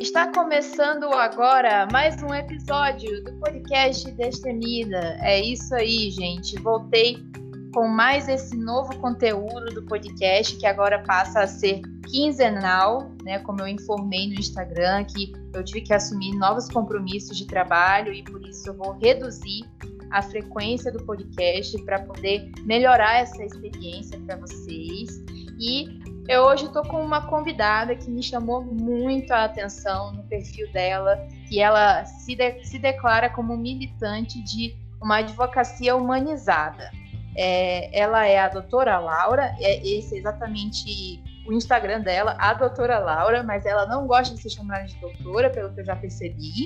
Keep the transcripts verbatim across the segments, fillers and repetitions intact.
Está começando agora mais um episódio do podcast Destemida. É isso aí, gente. Voltei com mais esse novo conteúdo do podcast, que agora passa a ser quinzenal, né? Como eu informei no Instagram, que eu tive que assumir novos compromissos de trabalho e por isso eu vou reduzir a frequência do podcast para poder melhorar essa experiência para vocês. E eu hoje estou com uma convidada que me chamou muito a atenção no perfil dela, que ela se, de, se declara como militante de uma advocacia humanizada. É, ela é a doutora Laura, é, esse é exatamente o Instagram dela, a doutora Laura, mas ela não gosta de ser chamada de doutora, pelo que eu já percebi.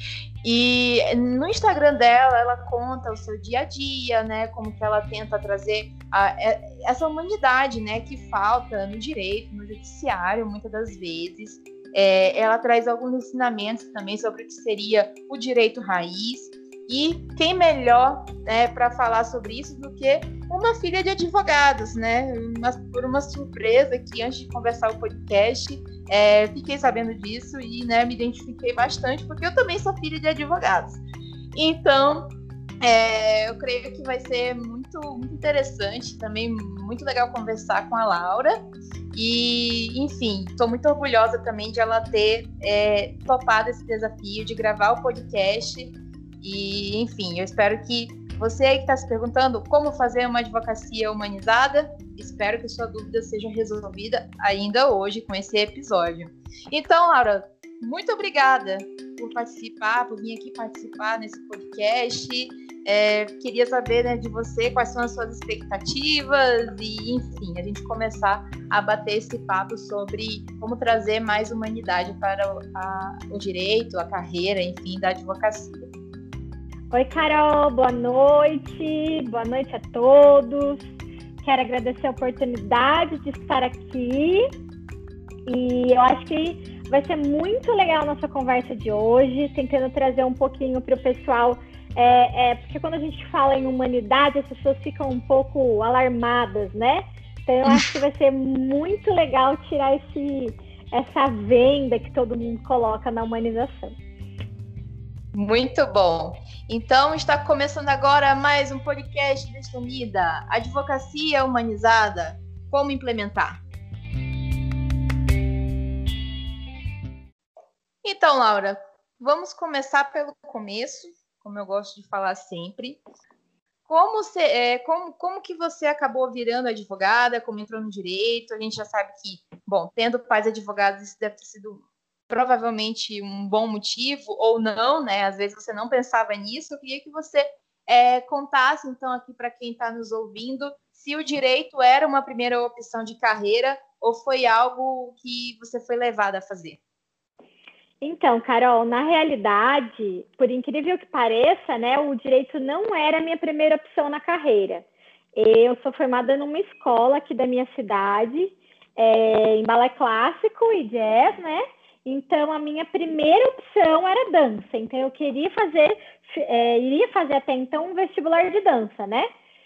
E no Instagram dela, ela conta o seu dia a dia, né, como que ela tenta trazer a, essa humanidade, né, que falta no direito, no judiciário, muitas das vezes. É, ela traz alguns ensinamentos também sobre o que seria o direito raiz. E quem melhor, né, para falar sobre isso do que uma filha de advogados, né? Uma, por uma surpresa que antes de conversar o podcast, é, fiquei sabendo disso e, né, me identifiquei bastante, porque eu também sou filha de advogados. Então, é, eu creio que vai ser muito, muito interessante, também muito legal conversar com a Laura. E, enfim, estou muito orgulhosa também de ela ter é, topado esse desafio de gravar o podcast. E, enfim, eu espero que você aí que está se perguntando como fazer uma advocacia humanizada, espero que sua dúvida seja resolvida ainda hoje com esse episódio. Então, Laura, muito obrigada por participar, por vir aqui participar nesse podcast. É, queria saber, né, de você quais são as suas expectativas e, enfim, a gente começar a bater esse papo sobre como trazer mais humanidade para o, a, o direito, a carreira, enfim, da advocacia. Oi, Carol, boa noite, boa noite a todos. Quero agradecer a oportunidade de estar aqui e eu acho que vai ser muito legal a nossa conversa de hoje, tentando trazer um pouquinho para o pessoal, é, é, porque quando a gente fala em humanidade, as pessoas ficam um pouco alarmadas, né? Então eu acho que vai ser muito legal tirar esse, essa venda que todo mundo coloca na humanização. Muito bom. Então, está começando agora mais um podcast Destemida, Advocacia Humanizada, como implementar? Então, Laura, vamos começar pelo começo, como eu gosto de falar sempre. Como, você, é, como, como que você acabou virando advogada, como entrou no direito? A gente já sabe que, bom, tendo pais advogados, isso deve ter sido provavelmente um bom motivo, ou não, né? Às vezes você não pensava nisso. Eu queria que você é, contasse, então, aqui para quem está nos ouvindo, se o direito era uma primeira opção de carreira ou foi algo que você foi levada a fazer. Então, Carol, na realidade, por incrível que pareça, né, o direito não era a minha primeira opção na carreira. Eu sou formada numa escola aqui da minha cidade, é, em balé clássico e jazz, né? Então, a minha primeira opção era dança. Então, eu queria fazer, é, iria fazer até então um vestibular de dança, né?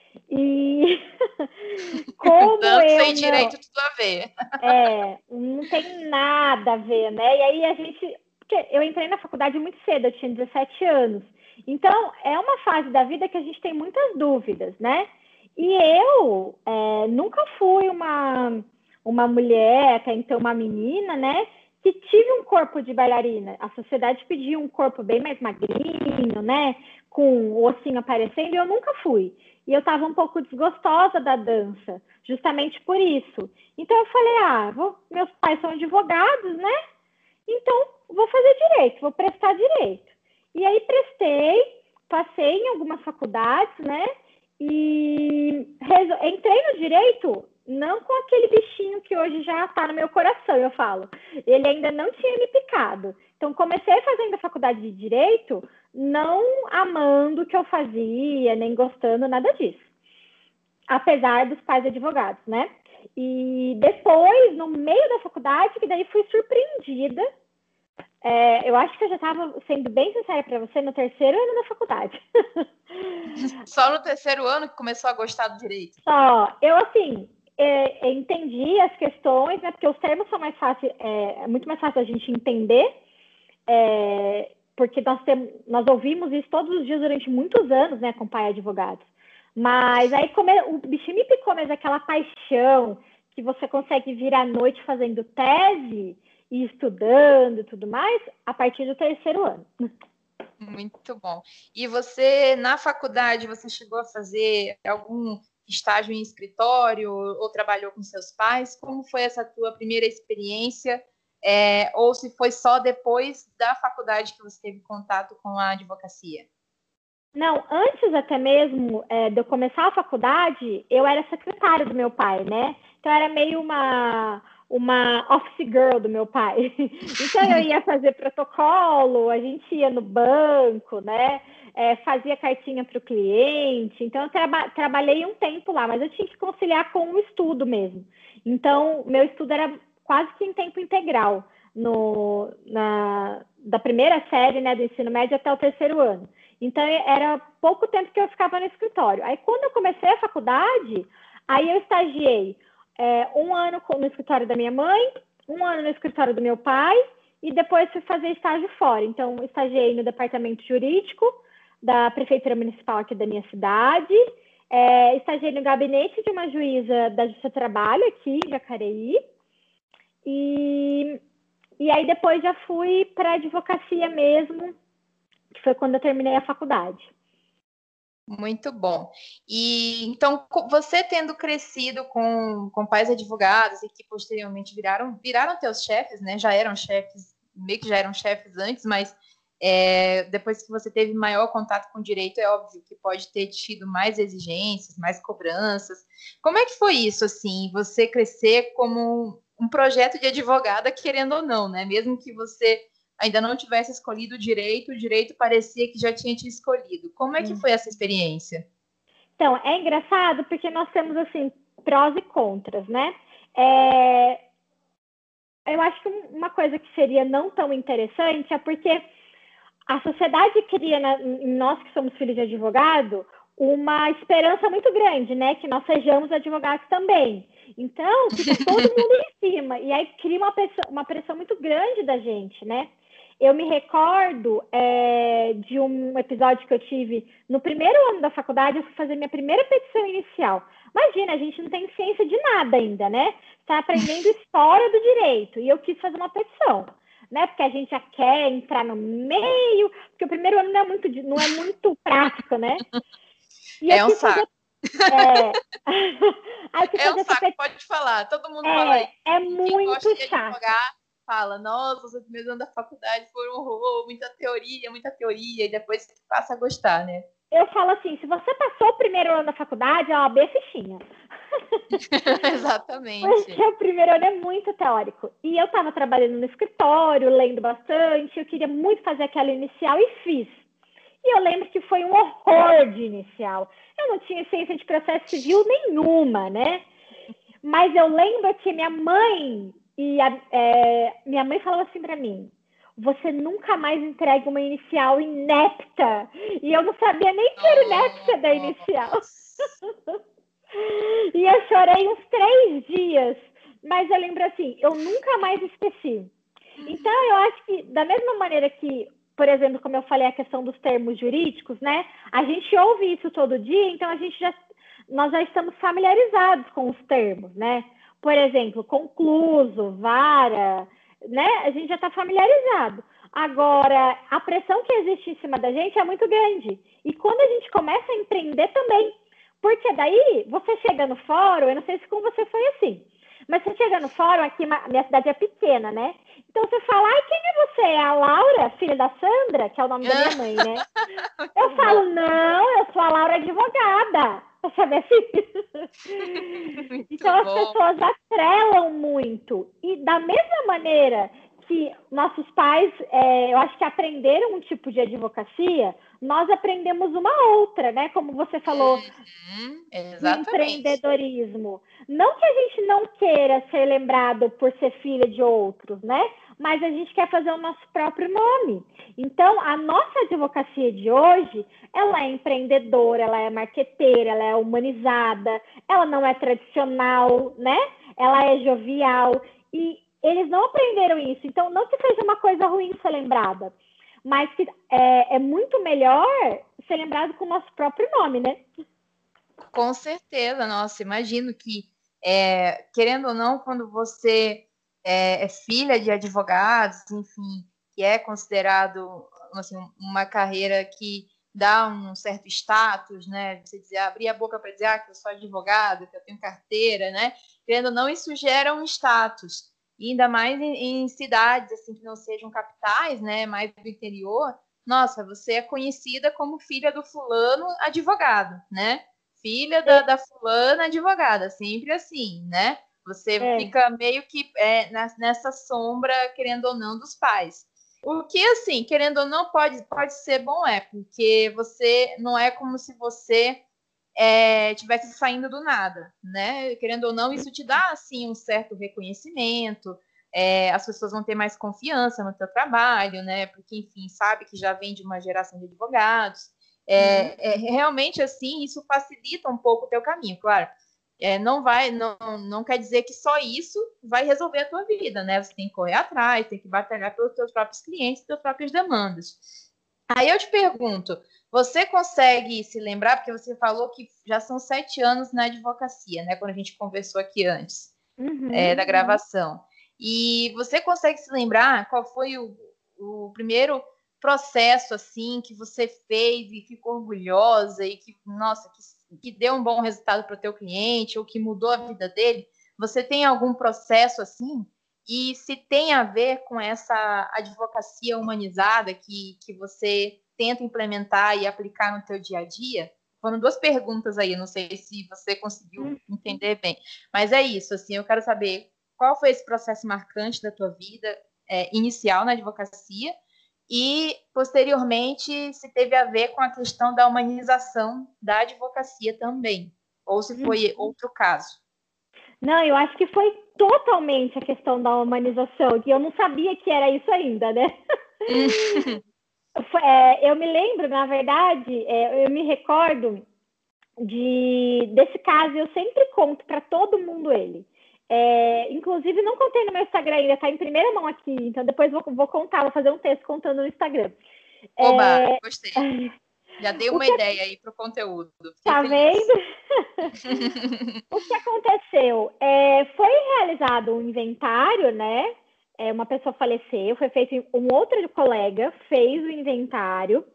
E como dança eu e não... direito tudo a ver. É, não tem nada a ver, né? E aí a gente... Porque eu entrei na faculdade muito cedo, eu tinha dezessete anos. Então, é uma fase da vida que a gente tem muitas dúvidas, né? E eu é, nunca fui uma, uma mulher, até então uma menina, né? Que tive um corpo de bailarina. A sociedade pedia um corpo bem mais magrinho, né? Com o ossinho aparecendo, e eu nunca fui. E eu estava um pouco desgostosa da dança, justamente por isso. Então eu falei, ah, vou, meus pais são advogados, né? Então vou fazer direito, vou prestar direito. E aí prestei, passei em algumas faculdades, né? E resol... entrei no direito não com aquele bichinho que hoje já está no meu coração, eu falo. Ele ainda não tinha me picado. Então, comecei fazendo a faculdade de Direito, não amando o que eu fazia, nem gostando, nada disso. Apesar dos pais advogados, né? E depois, no meio da faculdade, que daí fui surpreendida. É, eu acho que eu já estava, sendo bem sincera para você, no terceiro ano da faculdade. Só no terceiro ano que começou a gostar do direito? Só. Eu, assim... É, entendi as questões, né? Porque os termos são mais fáceis, é, é muito mais fácil a gente entender, é, porque nós, temos, nós ouvimos isso todos os dias durante muitos anos, né, com pai advogado. Mas aí come, o bichinho me picou, mas aquela paixão que você consegue vir à noite fazendo tese e estudando e tudo mais, a partir do terceiro ano. Muito bom. E você, na faculdade, você chegou a fazer algum estágio em escritório ou trabalhou com seus pais? Como foi essa tua primeira experiência? É, ou se foi só depois da faculdade que você teve contato com a advocacia? Não, antes até mesmo é, de eu começar a faculdade, eu era secretária do meu pai, né? Então, eu era meio uma, uma office girl do meu pai. Então, eu ia fazer protocolo, a gente ia no banco, né? É, fazia cartinha para o cliente. Então, eu traba trabalhei um tempo lá, mas eu tinha que conciliar com o estudo mesmo. Então, meu estudo era quase que em tempo integral, no, na, da primeira série, né, do ensino médio até o terceiro ano. Então, era pouco tempo que eu ficava no escritório. Aí, quando eu comecei a faculdade, aí eu estagiei é, um ano no escritório da minha mãe, um ano no escritório do meu pai, e depois fui fazer estágio fora. Então, estagiei no departamento jurídico da Prefeitura Municipal aqui da minha cidade, é, estagiei no gabinete de uma juíza da Justiça do Trabalho aqui em Jacareí, e, e aí depois já fui para a advocacia mesmo, que foi quando eu terminei a faculdade. Muito bom. E então, você tendo crescido com, com pais advogados e que posteriormente viraram, viraram teus chefes, né? Já eram chefes, meio que já eram chefes antes, mas é, depois que você teve maior contato com o direito, é óbvio que pode ter tido mais exigências, mais cobranças. Como é que foi isso, assim, você crescer como um projeto de advogada, querendo ou não, né? Mesmo que você ainda não tivesse escolhido o direito, o direito parecia que já tinha te escolhido. Como é que foi essa experiência? Então, é engraçado porque nós temos, assim, prós e contras, né? É... Eu acho que uma coisa que seria não tão interessante é porque a sociedade cria, na, em nós que somos filhos de advogado, uma esperança muito grande, né? Que nós sejamos advogados também. Então, fica todo mundo em cima. E aí cria uma pressão, uma pressão muito grande da gente, né? Eu me recordo é, de um episódio que eu tive no primeiro ano da faculdade, eu fui fazer minha primeira petição inicial. Imagina, a gente não tem ciência de nada ainda, né? Está aprendendo história do direito. E eu quis fazer uma petição, né? Porque a gente já quer entrar no meio, porque o primeiro ano não é muito, não é muito prático, né? E é um saco. Fazer, é... Aí, é um saco, pet... pode falar. Todo mundo é, fala isso. É Quem muito gosta de chato. advogar fala, nossa, os primeiros anos da faculdade foram um horror, muita teoria, muita teoria, e depois você passa a gostar, né? Eu falo assim, se você passou o primeiro ano da faculdade, é uma B fichinha. Exatamente. Porque o primeiro ano é muito teórico. E eu estava trabalhando no escritório, lendo bastante, eu queria muito fazer aquela inicial e fiz. E eu lembro que foi um horror de inicial. Eu não tinha ciência de processo civil nenhuma, né? Mas eu lembro que minha mãe e a, é, minha mãe falava assim para mim: você nunca mais entrega uma inicial inepta. E eu não sabia nem que era inepta da inicial. E eu chorei uns três dias. Mas eu lembro assim, eu nunca mais esqueci. Então, eu acho que, da mesma maneira que, por exemplo, como eu falei, a questão dos termos jurídicos, né? A gente ouve isso todo dia, então a gente já, nós já estamos familiarizados com os termos, né? Por exemplo, concluso, vara, né? A gente já está familiarizado. Agora, a pressão que existe em cima da gente é muito grande. E quando a gente começa a empreender também, porque daí você chega no fórum, eu não sei se com você foi assim, mas você chega no fórum, aqui minha cidade é pequena, né? Então você fala, ai, quem é você? É a Laura, filha da Sandra, que é o nome da minha mãe, né? Eu falo, não, eu sou a Laura advogada. Pra saber se... Então as pessoas atrelam muito. E da mesma maneira que nossos pais, é, eu acho que aprenderam um tipo de advocacia, nós aprendemos uma outra, né? Como você falou, uhum, do empreendedorismo. Não que a gente não queira ser lembrado por ser filha de outros, né? Mas a gente quer fazer o nosso próprio nome. Então, a nossa advocacia de hoje, ela é empreendedora, ela é marqueteira, ela é humanizada, ela não é tradicional, né? Ela é jovial. E eles não aprenderam isso. Então, não que seja uma coisa ruim ser lembrada, mas que é, é muito melhor ser lembrado com o nosso próprio nome, né? Com certeza, nossa, imagino que, é, querendo ou não, quando você é, é filha de advogados, enfim, que é considerado assim, uma carreira que dá um certo status, né? Você dizer, abrir a boca para dizer ah, que eu sou advogado, que eu tenho carteira, né? Querendo ou não, isso gera um status. E ainda mais em, em cidades assim que não sejam capitais, né? Mais do interior. Nossa, você é conhecida como filha do fulano advogado, né? Filha da, da fulana advogada, sempre assim, né? Você É. fica meio que é, nessa sombra, querendo ou não, dos pais. O que, assim, querendo ou não, pode, pode ser bom, é, porque você não é como se você é, tivesse saindo do nada, né? Querendo ou não, isso te dá, assim, um certo reconhecimento, é, as pessoas vão ter mais confiança no teu trabalho, né? Porque, enfim, sabe que já vem de uma geração de advogados. É, é, realmente, assim, isso facilita um pouco o teu caminho, claro. É, não vai, não, não quer dizer que só isso vai resolver a tua vida, né? Você tem que correr atrás, tem que batalhar pelos teus próprios clientes, pelas próprias demandas. Aí eu te pergunto, você consegue se lembrar, porque você falou que já são sete anos na advocacia, né? Quando a gente conversou aqui antes, Uhum. é, da gravação. E você consegue se lembrar qual foi o, o primeiro processo, assim, que você fez e ficou orgulhosa e que, nossa, que, que deu um bom resultado para o teu cliente ou que mudou a vida dele? Você tem algum processo assim? E se tem a ver com essa advocacia humanizada que, que você tenta implementar e aplicar no teu dia a dia? Foram duas perguntas aí, não sei se você conseguiu entender bem. Mas é isso, assim, eu quero saber qual foi esse processo marcante da tua vida é, inicial na advocacia e, posteriormente, se teve a ver com a questão da humanização da advocacia também, ou se foi outro caso. Não, eu acho que foi totalmente a questão da humanização, que eu não sabia que era isso ainda, né? é, eu me lembro, na verdade, é, eu me recordo de, desse caso, eu sempre conto para todo mundo ele. É, inclusive, não contei no meu Instagram ainda, tá em primeira mão aqui, então depois vou, vou contar, vou fazer um texto contando no Instagram. Oba, é... gostei. Já dei uma que... ideia aí para o conteúdo. Fiquei tá feliz. Vendo? O que aconteceu? É, foi realizado um inventário, né? É, uma pessoa faleceu, foi feito um outro colega, fez o inventário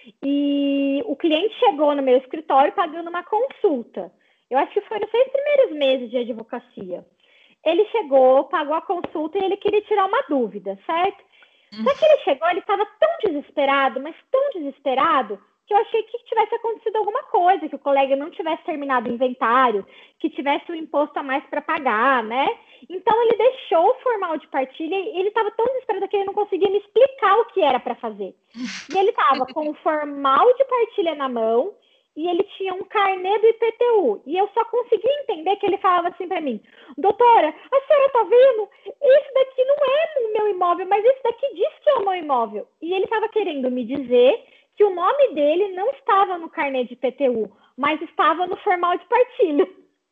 e o cliente chegou no meu escritório pagando uma consulta. Eu acho que foi nos seis primeiros meses de advocacia. Ele chegou, pagou a consulta e ele queria tirar uma dúvida, certo? Só que ele chegou, ele estava tão desesperado, mas tão desesperado, que eu achei que tivesse acontecido alguma coisa, que o colega não tivesse terminado o inventário, que tivesse um imposto a mais para pagar, né? Então, ele deixou o formal de partilha e ele estava tão desesperado que ele não conseguia me explicar o que era para fazer. E ele estava com o formal de partilha na mão e ele tinha um carnê do I P T U. E eu só conseguia entender que ele falava assim para mim, doutora, a senhora tá vendo? Esse daqui não é o meu imóvel, mas esse daqui diz que é o meu imóvel. E ele estava querendo me dizer que o nome dele não estava no carnê de I P T U, mas estava no formal de partilha.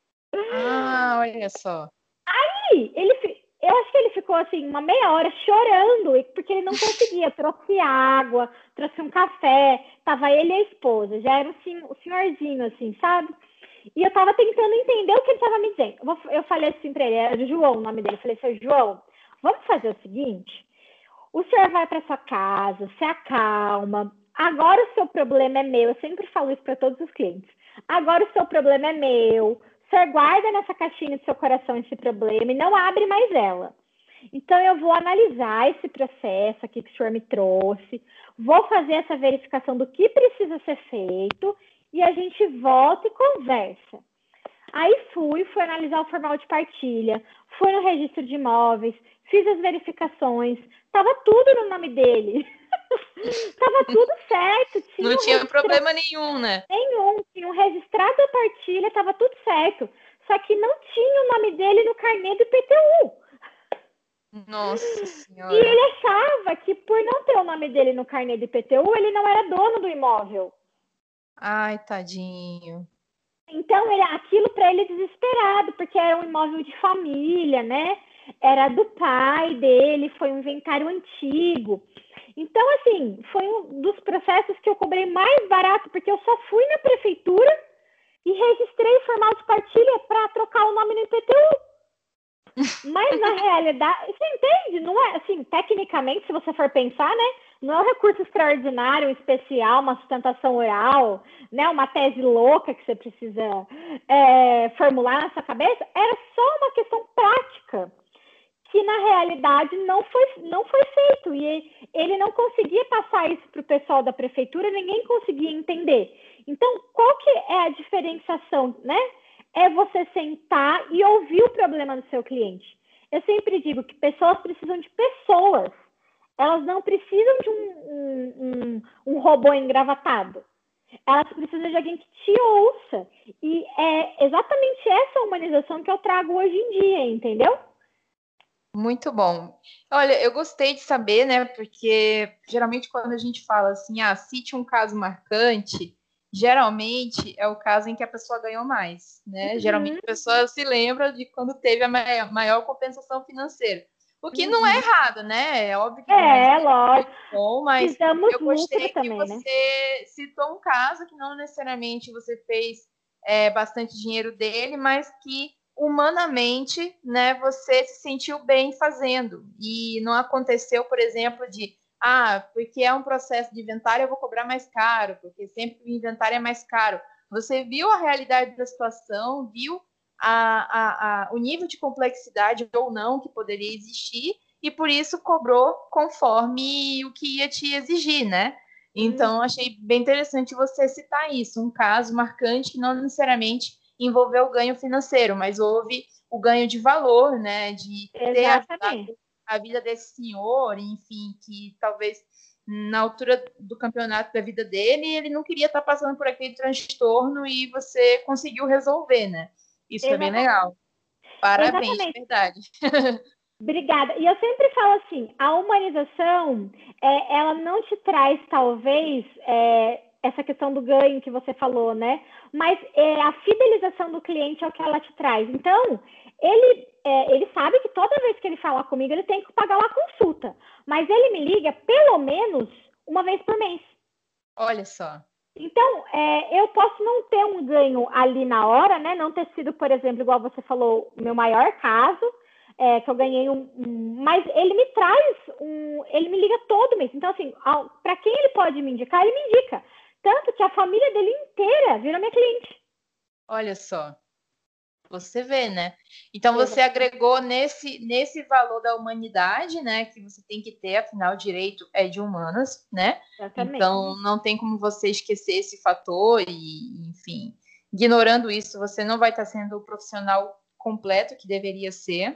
Ah, olha só. Aí, ele, eu acho que ele ficou assim, uma meia hora chorando, porque ele não conseguia. Trouxe água, trouxe um café, tava ele e a esposa, já era um senhorzinho, assim, sabe? E eu tava tentando entender o que ele tava me dizendo. Eu falei assim pra ele, era João o nome dele, eu falei, seu João, vamos fazer o seguinte, o senhor vai pra sua casa, se acalma, agora o seu problema é meu, eu sempre falo isso para todos os clientes, agora o seu problema é meu, o senhor guarda nessa caixinha do seu coração esse problema e não abre mais ela. Então, eu vou analisar esse processo aqui que o senhor me trouxe, vou fazer essa verificação do que precisa ser feito e a gente volta e conversa. Aí fui, fui analisar o formal de partilha, fui no registro de imóveis, fiz as verificações, estava tudo no nome dele. Tava tudo certo. Tinha Não um tinha registra... problema nenhum, né? Nenhum. Tinha um registrado a partilha, tava tudo certo. Só que não tinha o nome dele no carnê do I P T U. Nossa Senhora. E ele achava que por não ter o nome dele no carnê do I P T U, ele não era dono do imóvel. Ai, tadinho. Então, ele, aquilo para ele é desesperado, porque era um imóvel de família, né? era do pai dele, foi um inventário antigo. Então, assim, foi um dos processos que eu cobrei mais barato, porque eu só fui na prefeitura e registrei o formal de partilha para trocar o nome no I P T U. Mas, na realidade, você entende? Não é, assim, tecnicamente, se você for pensar, né? Não é um recurso extraordinário, um especial, uma sustentação oral, né? Uma tese louca que você precisa é, formular na sua cabeça. Era só uma questão prática, que na realidade não foi, não foi feito. E ele não conseguia passar isso para o pessoal da prefeitura, ninguém conseguia entender. Então, qual que é a diferenciação, né? É você sentar e ouvir o problema do seu cliente. Eu sempre digo que pessoas precisam de pessoas. Elas não precisam de um, um, um, um robô engravatado. Elas precisam de alguém que te ouça. E é exatamente essa humanização que eu trago hoje em dia, entendeu? Muito bom. Olha, eu gostei de saber, né? Porque geralmente quando a gente fala assim, ah, cite um caso marcante, geralmente é o caso em que a pessoa ganhou mais, né? Uhum. Geralmente a pessoa se lembra de quando teve a maior, maior compensação financeira. O que uhum. não é errado, né? É óbvio que é, lógico. é bom, mas Fizemos eu gostei que também, você né? citou um caso que não necessariamente você fez é, bastante dinheiro dele, mas que humanamente, né, você se sentiu bem fazendo. E não aconteceu, por exemplo, de ah, porque é um processo de inventário, eu vou cobrar mais caro, porque sempre o inventário é mais caro. Você viu a realidade da situação, viu a, a, a, o nível de complexidade ou não que poderia existir, e por isso cobrou conforme o que ia te exigir, né? Então, achei bem interessante você citar isso, um caso marcante que não necessariamente envolveu o ganho financeiro, mas houve o ganho de valor, né? De ter ajudado a vida desse senhor, enfim, que talvez na altura do campeonato da vida dele, ele não queria estar passando por aquele transtorno e você conseguiu resolver, né? Isso Exatamente. É bem legal. Parabéns, Exatamente. De verdade. Obrigada. E eu sempre falo assim, a humanização, é, ela não te traz, talvez, é, essa questão do ganho que você falou, né? Mas é, a fidelização do cliente é o que ela te traz. Então, ele, é, ele sabe que toda vez que ele falar comigo, ele tem que pagar uma consulta. Mas ele me liga pelo menos uma vez por mês. Olha só. Então, é, eu posso não ter um ganho ali na hora, né? Não ter sido, por exemplo, igual você falou, o meu maior caso, é, que eu ganhei um, um. Mas ele me traz um. Ele me liga todo mês. Então, assim, para quem ele pode me indicar, ele me indica. Tanto que a família dele inteira vira minha cliente. Olha só. Você vê, né? Então você agregou nesse, nesse valor da humanidade, né? Que você tem que ter, afinal, o direito é de humanas, né? Exatamente. Então não tem como você esquecer esse fator e, enfim, ignorando isso, você não vai estar sendo o profissional completo que deveria ser.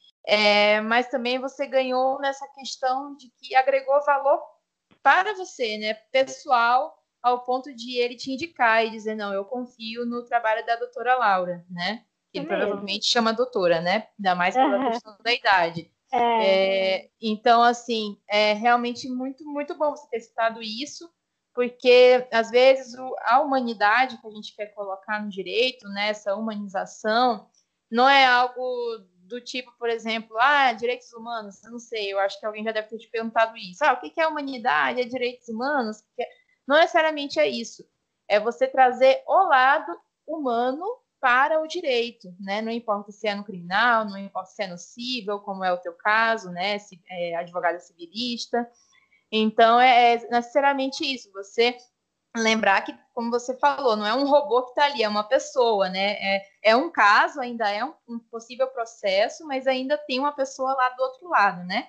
É, mas também você ganhou nessa questão de que agregou valor para você, né? Pessoal, ao ponto de ele te indicar e dizer, não, eu confio no trabalho da doutora Laura, né? Que ele provavelmente chama doutora, né? Ainda mais pela uhum. questão da idade. É. É, então, assim, é realmente muito, muito bom você ter citado isso, porque, às vezes, o, a humanidade que a gente quer colocar no direito, né, essa humanização, não é algo do tipo, por exemplo, ah, direitos humanos, eu não sei, eu acho que alguém já deve ter te perguntado isso. Ah, o que é humanidade? É direitos humanos? Não necessariamente é isso. É você trazer o lado humano para o direito, né? Não importa se é no criminal, não importa se é no civil, como é o teu caso, né? Se é advogada civilista. Então, é, é necessariamente isso. Você lembrar que, como você falou, não é um robô que está ali, é uma pessoa, né? É, é um caso, ainda é um, um possível processo, mas ainda tem uma pessoa lá do outro lado, né?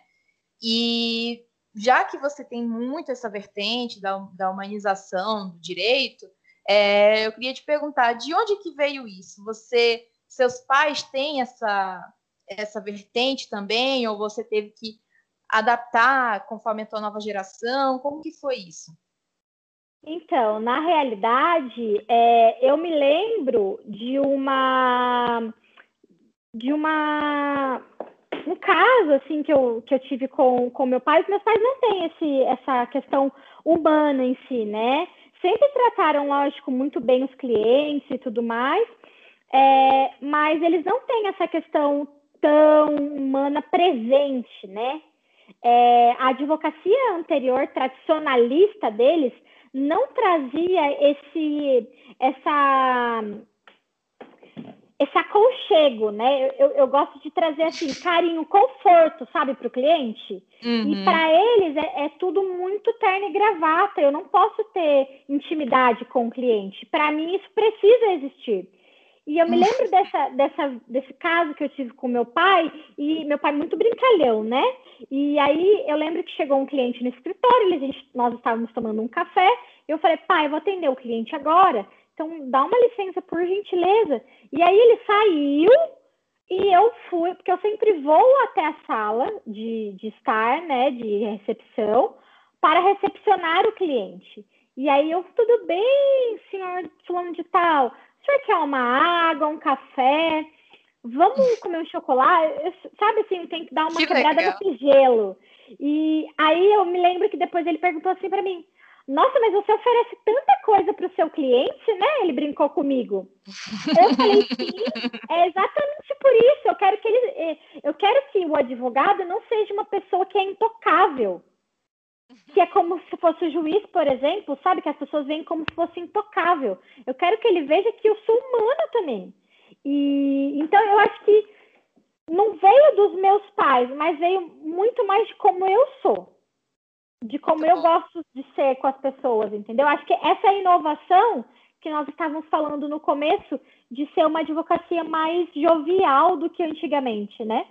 E já que você tem muito essa vertente da, da humanização do direito, é, eu queria te perguntar, de onde que veio isso? Você, seus pais têm essa, essa vertente também, ou você teve que adaptar conforme a tua nova geração? Como que foi isso? Então, na realidade, é, eu me lembro de uma de uma um caso assim que eu, que eu tive com, com meu pai. Os meus pais não têm esse, essa questão humana em si, né? Sempre trataram, lógico, muito bem os clientes e tudo mais, é, mas eles não têm essa questão tão humana presente, né? É, a advocacia anterior, tradicionalista deles, não trazia esse, essa, esse aconchego, né? Eu, eu gosto de trazer assim, carinho, conforto, sabe, para o cliente. Uhum. E para eles é, é tudo muito terno e gravata. Eu não posso ter intimidade com o cliente. Para mim, isso precisa existir. E eu me lembro dessa, dessa, desse caso que eu tive com meu pai, e meu pai muito brincalhão, né? E aí eu lembro que chegou um cliente no escritório, a gente, nós estávamos tomando um café, eu falei, pai, eu vou atender o cliente agora, então dá uma licença por gentileza. E aí ele saiu e eu fui, porque eu sempre vou até a sala de, de estar, né, de recepção, para recepcionar o cliente. E aí eu, tudo bem, senhor fulano de tal, o senhor quer uma água, um café? Vamos comer um chocolate? Eu, sabe assim, tem que dar uma Que quebrada legal. no gelo. E aí eu me lembro que depois ele perguntou assim para mim, nossa, mas você oferece tanta coisa para o seu cliente, né? Ele brincou comigo. Eu falei, sim, é exatamente por isso. Eu quero que ele, eu quero que o advogado não seja uma pessoa que é intocável. Que é como se fosse o juiz, por exemplo, sabe? Que as pessoas veem como se fosse intocável. Eu quero que ele veja que eu sou humana também. E então eu acho que não veio dos meus pais, mas veio muito mais de como eu sou. De como Muito eu bom. gosto de ser com as pessoas, entendeu? Acho que essa inovação que nós estávamos falando no começo, de ser uma advocacia mais jovial do que antigamente, né?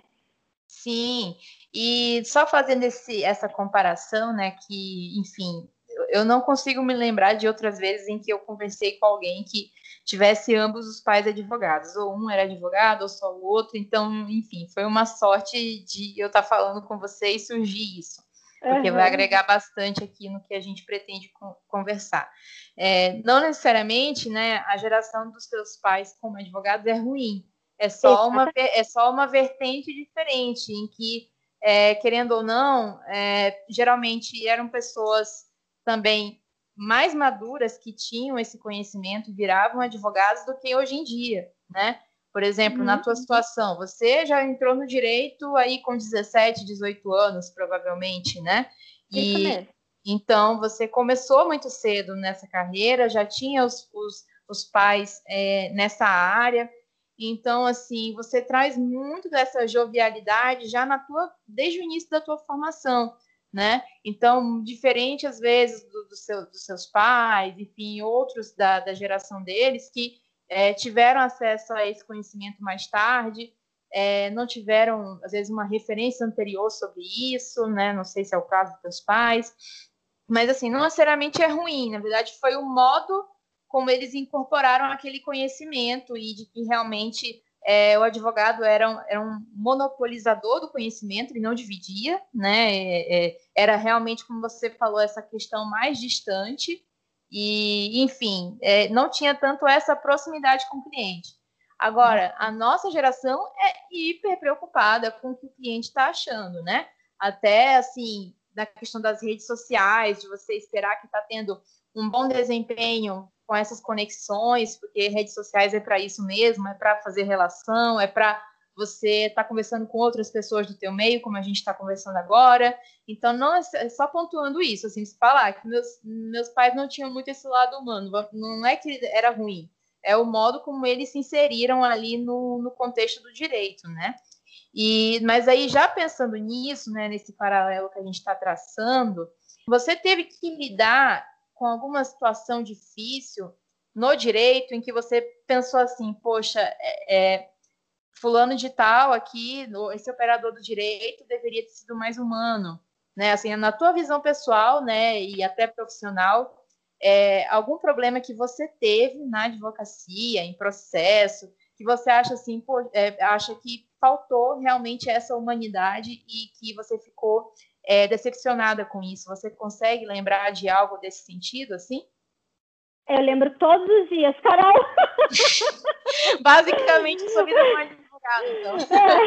Sim, e só fazendo esse, essa comparação, né, que, enfim, eu não consigo me lembrar de outras vezes em que eu conversei com alguém que tivesse ambos os pais advogados, ou um era advogado, ou só o outro, então, enfim, foi uma sorte de eu estar falando com você e surgir isso, porque vai Uhum. agregar bastante aqui no que a gente pretende conversar. É, não necessariamente, né, a geração dos seus pais como advogados é ruim, é só uma, é só uma vertente diferente, em que, é, querendo ou não, é, geralmente eram pessoas também mais maduras que tinham esse conhecimento e viravam advogados do que hoje em dia, né? Por exemplo, uhum. na tua situação, você já entrou no direito aí com dezessete, dezoito anos, provavelmente, né? E, Isso mesmo. Então, você começou muito cedo nessa carreira, já tinha os, os, os pais é, nessa área. Então, assim, você traz muito dessa jovialidade já na tua, desde o início da tua formação, né? Então, diferente às vezes do, do seu, dos seus pais, enfim, outros da, da geração deles que é, tiveram acesso a esse conhecimento mais tarde, é, não tiveram, às vezes, uma referência anterior sobre isso, né? Não sei se é o caso dos teus pais, mas, assim, não necessariamente é ruim, na verdade, foi o modo como eles incorporaram aquele conhecimento e de que realmente é, o advogado era um, era um monopolizador do conhecimento, ele não dividia, né? É, é, era realmente, como você falou, essa questão mais distante e, enfim, é, não tinha tanto essa proximidade com o cliente. Agora, a nossa geração é hiper preocupada com o que o cliente está achando, né? Até, assim, da questão das redes sociais, de você esperar que está tendo um bom desempenho com essas conexões, porque redes sociais é para isso mesmo, é para fazer relação, é para você estar tá conversando com outras pessoas do teu meio, como a gente está conversando agora. Então, não é só pontuando isso, assim, se falar que meus, meus pais não tinham muito esse lado humano, não é que era ruim, é o modo como eles se inseriram ali no, no contexto do direito, né? E, mas aí, já pensando nisso, né, nesse paralelo que a gente está traçando, você teve que lidar com alguma situação difícil no direito em que você pensou assim, poxa, é, é, fulano de tal aqui, esse operador do direito deveria ter sido mais humano, né? Assim, na tua visão pessoal, né, e até profissional, é, algum problema que você teve na advocacia, em processo, que você acha assim, pô, é, acha que faltou realmente essa humanidade e que você ficou é, decepcionada com isso? Você consegue lembrar de algo desse sentido, assim? Eu lembro todos os dias, Carol. Basicamente, sua vida não é advogada, então.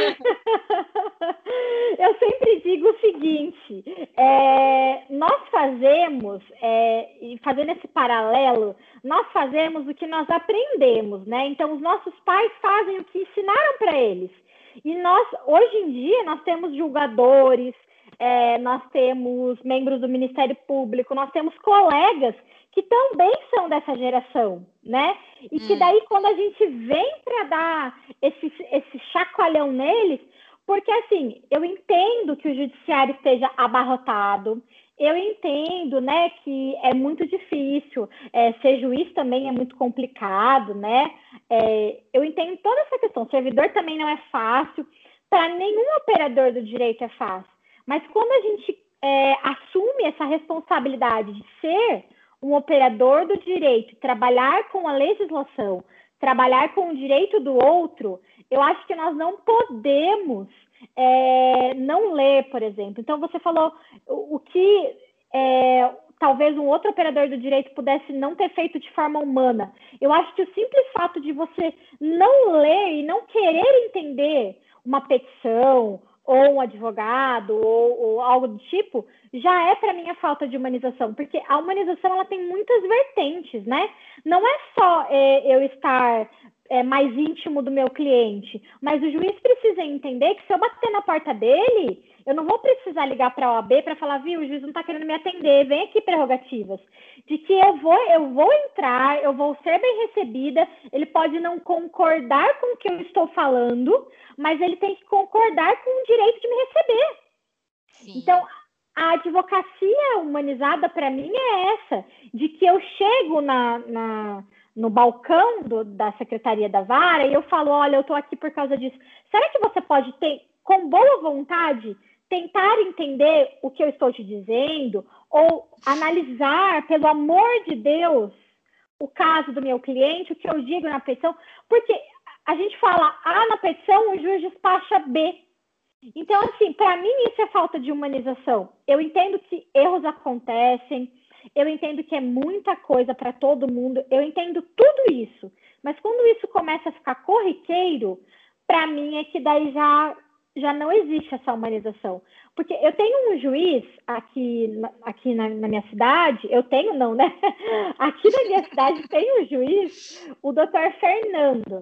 É. Eu sempre digo o seguinte, é, nós fazemos, é, e fazendo esse paralelo, nós fazemos o que nós aprendemos, né? Então, os nossos pais fazem o que ensinaram para eles. E nós, hoje em dia, nós temos julgadores, é, nós temos membros do Ministério Público, nós temos colegas que também são dessa geração, né? E hum. que daí, quando a gente vem para dar esse, esse chacoalhão neles, porque, assim, eu entendo que o judiciário esteja abarrotado, eu entendo, né, que é muito difícil, é, ser juiz também é muito complicado, né? É, eu entendo toda essa questão. Servidor também não é fácil, para nenhum operador do direito é fácil. Mas quando a gente é, assume essa responsabilidade de ser um operador do direito, trabalhar com a legislação, trabalhar com o direito do outro, eu acho que nós não podemos é, não ler, por exemplo. Então, você falou o, o que é, talvez um outro operador do direito pudesse não ter feito de forma humana. Eu acho que o simples fato de você não ler e não querer entender uma petição, ou um advogado, ou, ou algo do tipo, já é para mim a falta de humanização, porque a humanização ela tem muitas vertentes, né? Não é só é, eu estar é, mais íntimo do meu cliente, mas o juiz precisa entender que se eu bater na porta dele, eu não vou precisar ligar para a O A B para falar, viu, o juiz não está querendo me atender, vem aqui prerrogativas. De que eu vou, eu vou entrar, eu vou ser bem recebida, ele pode não concordar com o que eu estou falando, mas ele tem que concordar com o direito de me receber. Sim. Então, a advocacia humanizada, para mim, é essa, de que eu chego na, na, no balcão do, da Secretaria da Vara e eu falo, olha, eu estou aqui por causa disso. Será que você pode ter, com boa vontade, tentar entender o que eu estou te dizendo ou analisar, pelo amor de Deus, o caso do meu cliente, o que eu digo na petição? Porque a gente fala A na petição, o juiz despacha B. Então, assim, para mim isso é falta de humanização. Eu entendo que erros acontecem, eu entendo que é muita coisa para todo mundo, eu entendo tudo isso. Mas quando isso começa a ficar corriqueiro, para mim é que daí já, já não existe essa humanização. Porque eu tenho um juiz aqui, aqui na, na minha cidade, eu tenho não, né? Aqui na minha cidade tem um juiz, o doutor Fernando.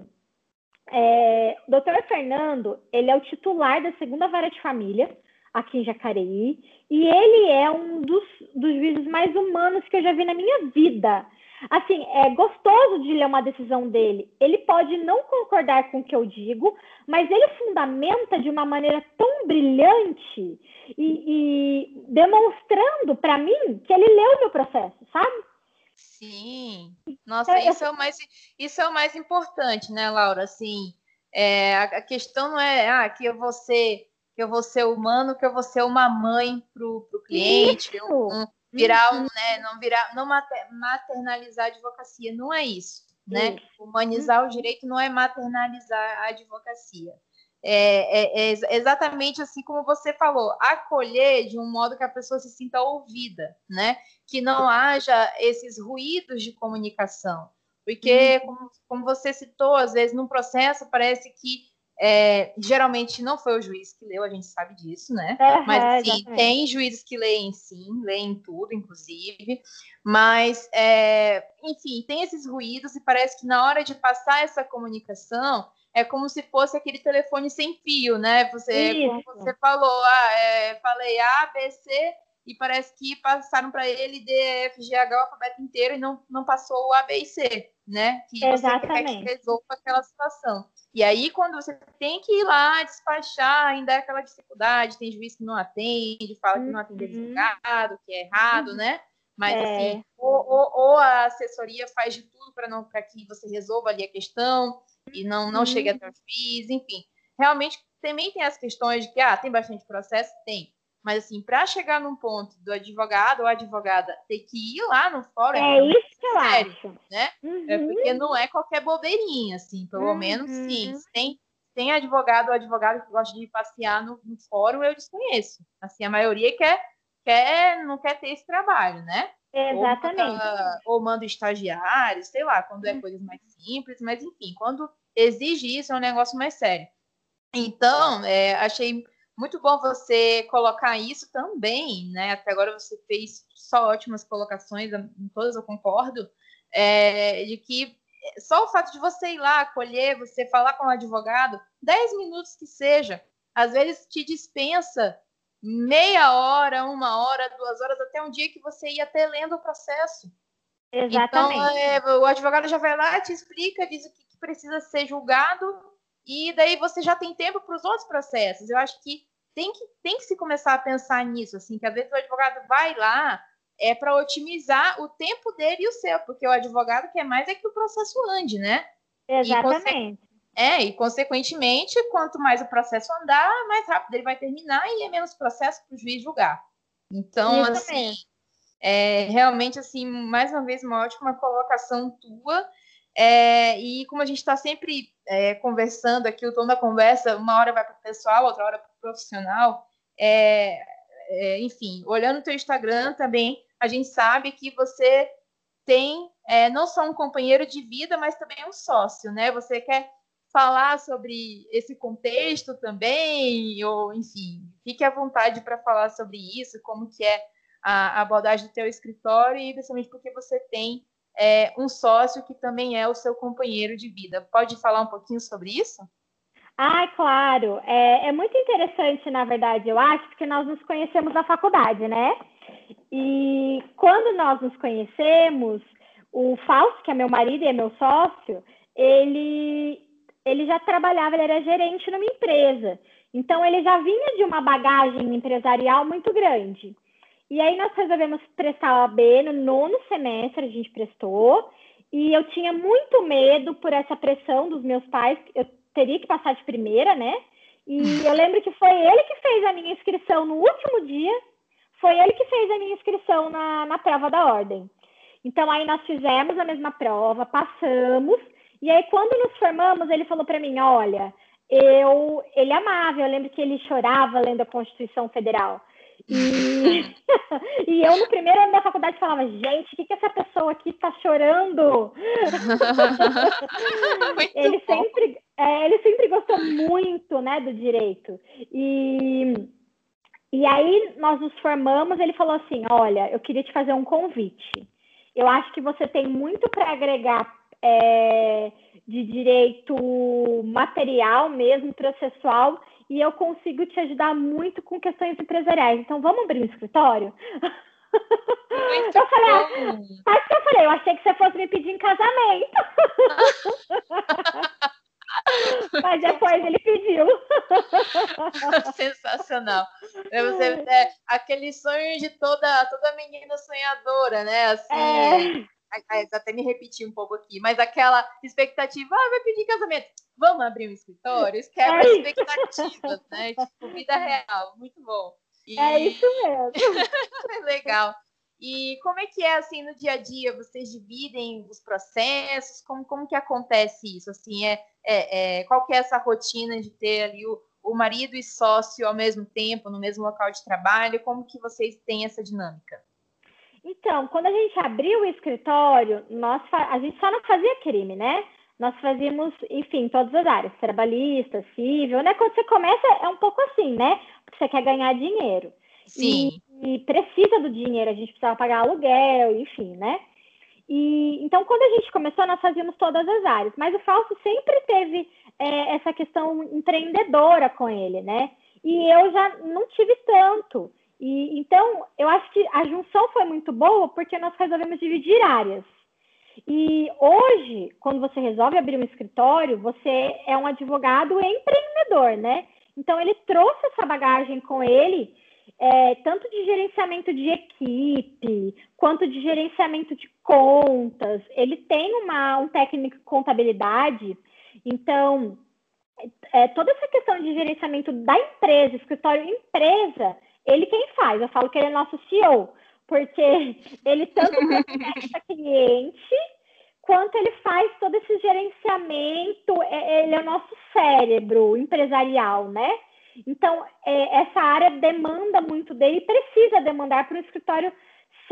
É, o doutor Fernando, ele é o titular da segunda vara de família aqui em Jacareí e ele é um dos, dos juízes mais humanos que eu já vi na minha vida. Assim, é gostoso de ler uma decisão dele. Ele pode não concordar com o que eu digo, mas ele fundamenta de uma maneira tão brilhante e, e demonstrando para mim que ele leu o meu processo, sabe? Sim, nossa, isso é o mais, isso é o mais importante, né, Laura? Assim, é, a, a questão não é ah, que eu vou ser, que eu vou ser humano, que eu vou ser uma mãe pro, pro cliente, um, um, virar um, né, não virar, não maternalizar a advocacia, não é isso, né? Isso. Humanizar uhum. o direito não é maternalizar a advocacia. É, é, é exatamente assim como você falou, acolher de um modo que a pessoa se sinta ouvida, né? Que não haja esses ruídos de comunicação, porque, uhum. como, como você citou, às vezes num processo parece que é, geralmente não foi o juiz que leu, a gente sabe disso, né? Uhum, mas assim, exatamente. Tem juízes que leem sim, leem tudo, inclusive, mas é, enfim, tem esses ruídos e parece que na hora de passar essa comunicação é como se fosse aquele telefone sem fio, né? Você, como você falou, ah, é, falei A, B, C, e parece que passaram para ele D, E, F, G, H, o alfabeto inteiro, e não, não passou o A, B e C, né? Que Exatamente. Você quer que resolva aquela situação. E aí, quando você tem que ir lá despachar, ainda é aquela dificuldade, tem juiz que não atende, fala que não atende advogado, que é errado, né? Mas, é. assim, ou, ou, ou a assessoria faz de tudo para que você resolva ali a questão e não, não uhum. chegue até o juiz, enfim. Realmente, também tem as questões de que, ah, tem bastante processo? Tem. Mas, assim, para chegar num ponto do advogado ou advogada ter que ir lá no fórum... É, é isso que eu sério, acho. Né? Uhum. É porque não é qualquer bobeirinha, assim. Pelo uhum. menos, sim. Tem, tem advogado ou advogada que gosta de passear no, no fórum, eu desconheço. Assim, a maioria quer, quer, não quer ter esse trabalho, né? Exatamente. Ou manda, ou manda estagiário, sei lá, quando é coisas mais simples, mas enfim, quando exige isso é um negócio mais sério. Então, é, achei muito bom você colocar isso também, né? Até agora você fez só ótimas colocações, em todas eu concordo, é, de que só o fato de você ir lá, acolher, você falar com o advogado, dez minutos que seja, às vezes te dispensa meia hora, uma hora, duas horas, até um dia que você ia ter lendo o processo. Então, Exatamente. é, o advogado já vai lá, te explica, diz o que, que precisa ser julgado, e daí você já tem tempo para os outros processos. Eu acho que tem, que tem que se começar a pensar nisso, assim, que às vezes o advogado vai lá é para otimizar o tempo dele e o seu, porque o advogado quer mais é que o processo ande, né? Exatamente. E, é, e consequentemente, quanto mais o processo andar, mais rápido ele vai terminar e é menos processo para o juiz julgar. Então, Isso assim, mesmo. é realmente, assim, mais uma vez, uma ótima colocação tua. É, e como a gente está sempre é, conversando aqui, o tom da conversa, uma hora vai para o pessoal, outra hora para o profissional. É, é, enfim, olhando o teu Instagram também, a gente sabe que você tem é, não só um companheiro de vida, mas também um sócio, né? Você quer falar sobre esse contexto também, ou enfim, fique à vontade para falar sobre isso, como que é a, a abordagem do teu escritório e principalmente porque você tem é, um sócio que também é o seu companheiro de vida. Pode falar um pouquinho sobre isso? Ah, claro. É, é muito interessante, na verdade, eu acho, porque nós nos conhecemos na faculdade, né? E quando nós nos conhecemos, o Fausto, que é meu marido e é meu sócio, ele, ele já trabalhava, ele era gerente numa empresa. Então, ele já vinha de uma bagagem empresarial muito grande. E aí, nós resolvemos prestar o A B no nono semestre, a gente prestou. E eu tinha muito medo por essa pressão dos meus pais. Eu teria que passar de primeira, né? E eu lembro que foi ele que fez a minha inscrição no último dia. Foi ele que fez a minha inscrição na, na prova da ordem. Então, aí nós fizemos a mesma prova, passamos. E aí, quando nos formamos, ele falou para mim, olha, eu, ele amava. Eu lembro que ele chorava lendo a Constituição Federal. E, e eu, no primeiro ano da faculdade, falava, gente, o que, que essa pessoa aqui está chorando? ele, sempre, é, ele sempre gostou muito, né, do direito. E... E aí nós nos formamos, ele falou assim, olha, eu queria te fazer um convite. Eu acho que você tem muito para agregar é, de direito material mesmo, processual, e eu consigo te ajudar muito com questões empresariais. Então, vamos abrir um escritório? Muito eu falei, bom. ah, que eu falei, eu achei que você fosse me pedir em casamento. Mas depois ele pediu. Sensacional. Você, é, aquele sonho de toda, toda menina sonhadora, né? Assim, é... até me repetir um pouco aqui, mas aquela expectativa, ah, vai pedir casamento, vamos abrir um escritório, isso quebra é expectativas, né? Tipo, vida real, muito bom. E... É isso mesmo. Legal. E como é que é, assim, no dia a dia? Vocês dividem os processos? Como, como que acontece isso? Assim, é, é, é, qual que é essa rotina de ter ali o, o marido e sócio ao mesmo tempo, no mesmo local de trabalho? Como que vocês têm essa dinâmica? Então, quando a gente abriu o escritório, nós, a gente só não fazia crime, né? Nós fazíamos, enfim, todas as áreas, trabalhista, civil, né? Quando você começa, é um pouco assim, né? Porque você quer ganhar dinheiro. Sim. E, e precisa do dinheiro, a gente precisava pagar aluguel, enfim, né? E, então, quando a gente começou, nós fazíamos todas as áreas. Mas o Fausto sempre teve é, essa questão empreendedora com ele, né? E eu já não tive tanto. E, então, eu acho que a junção foi muito boa porque nós resolvemos dividir áreas. E hoje, quando você resolve abrir um escritório, você é um advogado empreendedor, né? Então, ele trouxe essa bagagem com ele, é, tanto de gerenciamento de equipe, quanto de gerenciamento de contas. Ele tem uma, um técnico de contabilidade, então, é, toda essa questão de gerenciamento da empresa, escritório empresa, ele quem faz. Eu falo que ele é nosso C E O, porque ele tanto prospecta cliente, quanto ele faz todo esse gerenciamento, ele é o nosso cérebro empresarial, né? Então, é, essa área demanda muito dele e precisa demandar para o escritório ser,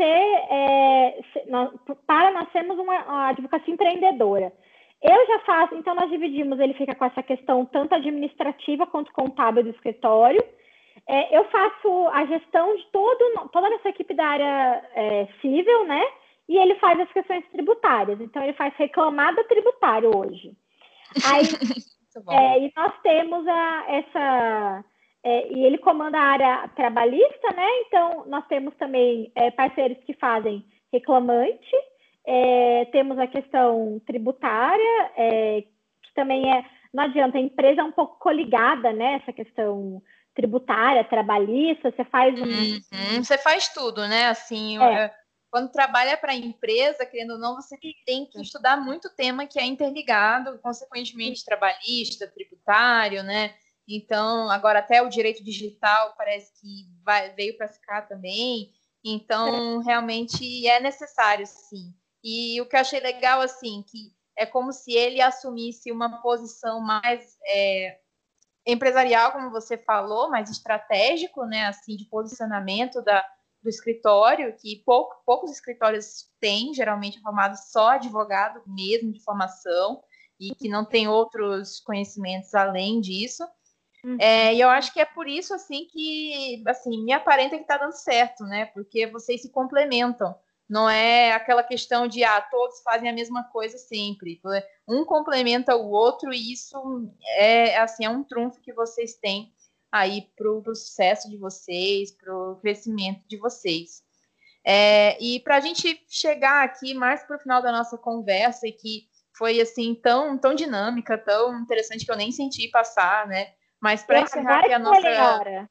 é, ser nós, para nós sermos uma, uma advocacia empreendedora. Eu já faço, então nós dividimos, ele fica com essa questão tanto administrativa quanto contábil do escritório. É, eu faço a gestão de todo, toda a nossa equipe da área é, civil, né? e ele faz as questões tributárias. Então, ele faz reclamado tributário hoje. Aí, é, e nós temos a, essa... É, e ele comanda a área trabalhista, né? Então, nós temos também é, parceiros que fazem reclamante, é, temos a questão tributária, é, que também é... Não adianta, a empresa é um pouco coligada, né? Essa questão tributária, trabalhista, você faz um... Uhum, você faz tudo, né? Assim, É. Quando trabalha para a empresa, querendo ou não, você tem que estudar muito tema que é interligado, consequentemente trabalhista, tributário, né? Então, agora até o direito digital parece que vai, veio para ficar também. Então, realmente é necessário, sim. E o que eu achei legal, assim, que é como se ele assumisse uma posição mais é, empresarial, como você falou, mais estratégico, né? Assim, de posicionamento da do escritório, que pouco, poucos escritórios têm, geralmente é formado só advogado mesmo de formação, e que não tem outros conhecimentos além disso. Uhum. É, e eu acho que é por isso, assim, que, assim, me aparenta que está dando certo, né? Porque vocês se complementam. Não é aquela questão de, ah, todos fazem a mesma coisa sempre. Um complementa o outro e isso é, assim, é um trunfo que vocês têm aí para o sucesso de vocês, para o crescimento de vocês. É, e para a gente chegar aqui mais para o final da nossa conversa, e que foi assim tão, tão dinâmica, tão interessante que eu nem senti passar, né? Mas para encerrar aqui a nossa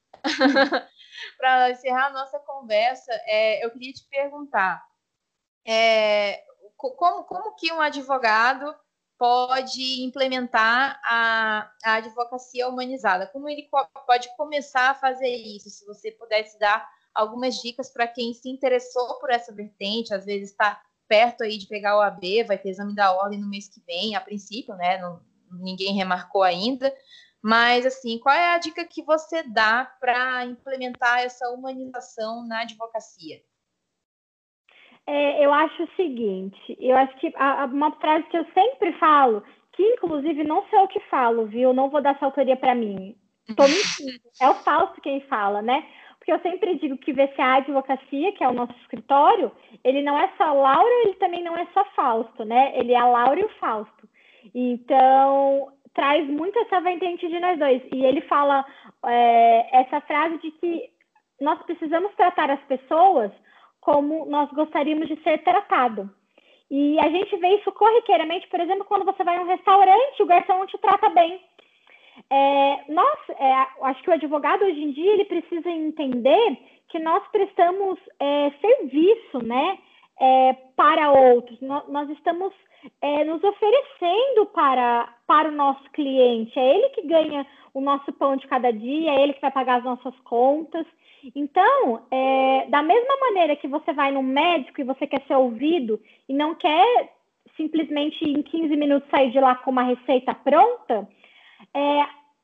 para encerrar a nossa conversa, é, eu queria te perguntar é, como, como que um advogado pode implementar a, a advocacia humanizada? Como ele pode começar a fazer isso? Se você pudesse dar algumas dicas para quem se interessou por essa vertente, às vezes está perto aí de pegar o A B, vai ter exame da ordem no mês que vem, a princípio, né? Não, ninguém remarcou ainda. Mas, assim, qual é a dica que você dá para implementar essa humanização na advocacia? É, eu acho o seguinte, eu acho que a, uma frase que eu sempre falo, que inclusive não sou eu que falo, viu? Não vou dar essa autoria para mim. Tô mentindo. É o Fausto quem fala, né? Porque eu sempre digo que V C A Advocacia, que é o nosso escritório, ele não é só Laura, ele também não é só Fausto, né? Ele é a Laura e o Fausto. Então, traz muito essa vertente de nós dois. E ele fala é, essa frase de que nós precisamos tratar as pessoas como nós gostaríamos de ser tratado. E a gente vê isso corriqueiramente, por exemplo, quando você vai a um restaurante, o garçom não te trata bem. É, nós, é, acho que o advogado hoje em dia ele precisa entender que nós prestamos é, serviço, né, é, para outros. Nós, nós estamos é, nos oferecendo para, para o nosso cliente. É ele que ganha o nosso pão de cada dia, é ele que vai pagar as nossas contas. Então, é, da mesma maneira que você vai no médico e você quer ser ouvido e não quer simplesmente em quinze minutos sair de lá com uma receita pronta, é,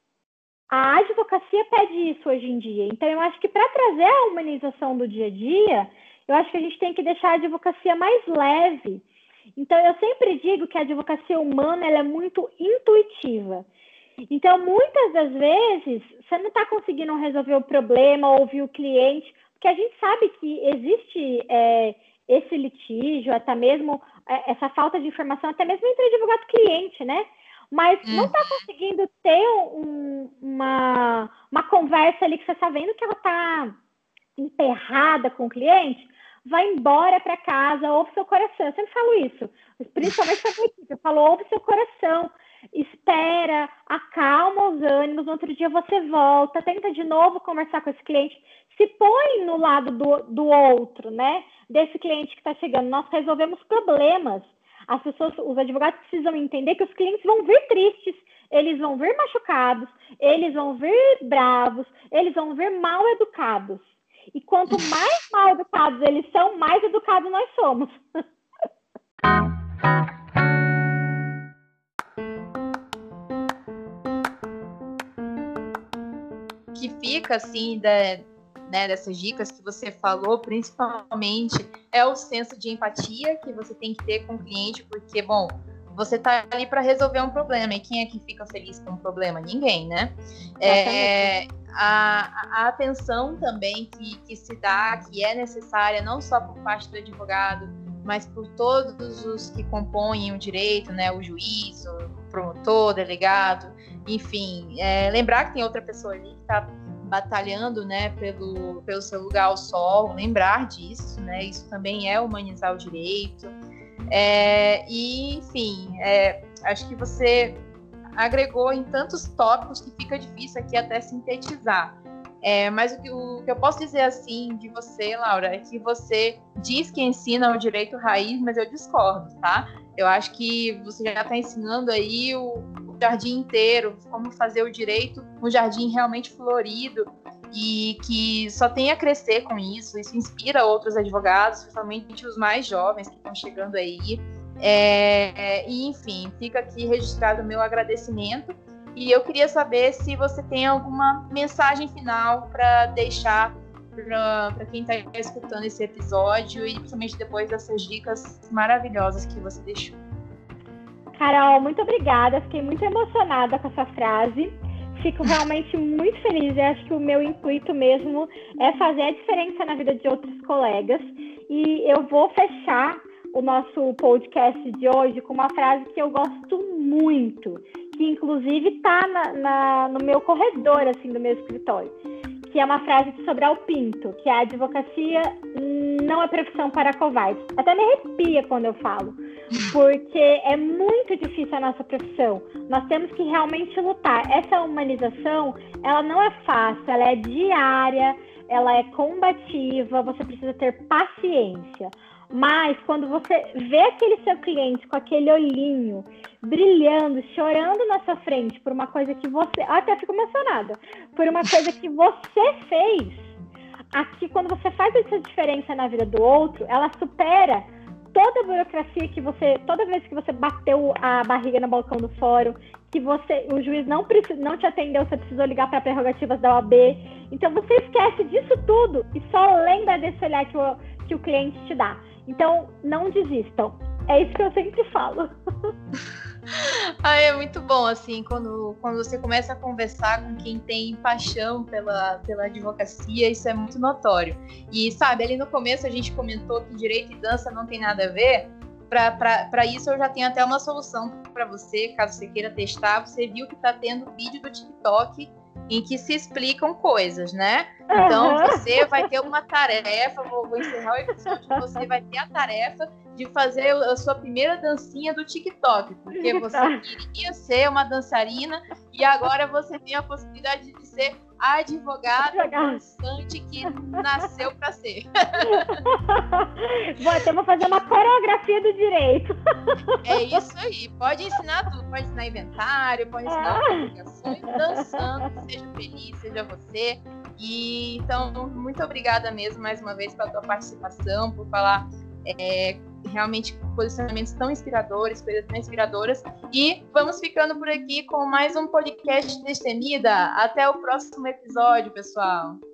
a advocacia pede isso hoje em dia. Então, eu acho que para trazer a humanização do dia a dia, eu acho que a gente tem que deixar a advocacia mais leve. Então, eu sempre digo que a advocacia humana ela é muito intuitiva. Então, muitas das vezes, você não está conseguindo resolver o problema, ouvir o cliente, porque a gente sabe que existe é, esse litígio, até mesmo é, essa falta de informação, até mesmo entre advogado e cliente, né? Mas não está conseguindo ter um, uma, uma conversa ali que você está vendo que ela está emperrada com o cliente, vai embora para casa, ouve seu coração. Eu sempre falo isso, principalmente para a equipe. Eu falo, ouve seu coração. Espera, acalma os ânimos, no outro dia você volta, tenta de novo conversar com esse cliente, se põe no lado do, do outro, né? Desse cliente que está chegando. Nós resolvemos problemas. As pessoas, os advogados precisam entender que os clientes vão vir tristes, eles vão vir machucados, eles vão vir bravos, eles vão vir mal educados. E quanto mais mal educados eles são, mais educados nós somos. Que fica, assim, da, né, dessas dicas que você falou, principalmente, é o senso de empatia que você tem que ter com o cliente, porque, bom, você está ali para resolver um problema, e quem é que fica feliz com um problema? Ninguém, né? É, a, a atenção também que, que se dá, que é necessária, não só por parte do advogado, mas por todos os que compõem o direito, né? O juiz, o promotor, o delegado, enfim. É, lembrar que tem outra pessoa ali que está batalhando, né, pelo, pelo seu lugar ao sol, lembrar disso, né? Isso também é humanizar o direito. É, e, enfim, é, acho que você agregou em tantos tópicos que fica difícil aqui até sintetizar. É, mas o que, o que eu posso dizer assim de você, Laura, é que você diz que ensina o direito raiz, mas eu discordo, tá? Eu acho que você já está ensinando aí o, o jardim inteiro, como fazer o direito um jardim realmente florido e que só tem a crescer com isso. Isso inspira outros advogados, principalmente os mais jovens que estão chegando aí. É, e, enfim, fica aqui registrado o meu agradecimento. E eu queria saber se você tem alguma mensagem final para deixar para quem está escutando esse episódio e principalmente depois dessas dicas maravilhosas que você deixou. Carol, muito obrigada. Fiquei muito emocionada com essa frase. Fico realmente muito feliz. Eu acho que o meu intuito mesmo é fazer a diferença na vida de outros colegas. E eu vou fechar o nosso podcast de hoje com uma frase que eu gosto muito, que inclusive está na, na, no meu corredor, assim, do meu escritório, que é uma frase de Sobral Pinto, que a advocacia não é profissão para covardes. Até me arrepia quando eu falo, porque é muito difícil a nossa profissão. Nós temos que realmente lutar. Essa humanização, ela não é fácil, ela é diária, ela é combativa, você precisa ter paciência. Mas quando você vê aquele seu cliente com aquele olhinho brilhando, chorando na sua frente por uma coisa que você... Eu até fico emocionada. Por uma coisa que você fez. Aqui, quando você faz essa diferença na vida do outro, ela supera toda a burocracia que você... Toda vez que você bateu a barriga no balcão do fórum, que você, o juiz não, precis, não te atendeu, você precisou ligar para prerrogativas da O A B. Então, você esquece disso tudo e só lembra desse olhar que o, que o cliente te dá. Então, não desistam. É isso que eu sempre falo. Ah, é muito bom, assim, quando, quando você começa a conversar com quem tem paixão pela, pela advocacia, isso é muito notório. E, sabe, ali no começo a gente comentou que direito e dança não tem nada a ver. Para isso eu já tenho até uma solução para você, caso você queira testar. Você viu que está tendo vídeo do TikTok em que se explicam coisas, né? Então, uhum. Você vai ter uma tarefa, vou, vou encerrar o episódio, você vai ter a tarefa de fazer a sua primeira dancinha do TikTok, porque você queria ser uma dançarina e agora você tem a possibilidade de ser a advogada dançante que nasceu para ser. Vou até vou fazer uma coreografia do direito. É isso aí. Pode ensinar tudo. Pode ensinar inventário, pode ensinar comunicações, dançando. Seja feliz, seja você. E então, muito obrigada mesmo mais uma vez pela tua participação, por falar é, realmente posicionamentos tão inspiradores, coisas tão inspiradoras. E vamos ficando por aqui com mais um podcast Destemida. Até o próximo episódio, pessoal.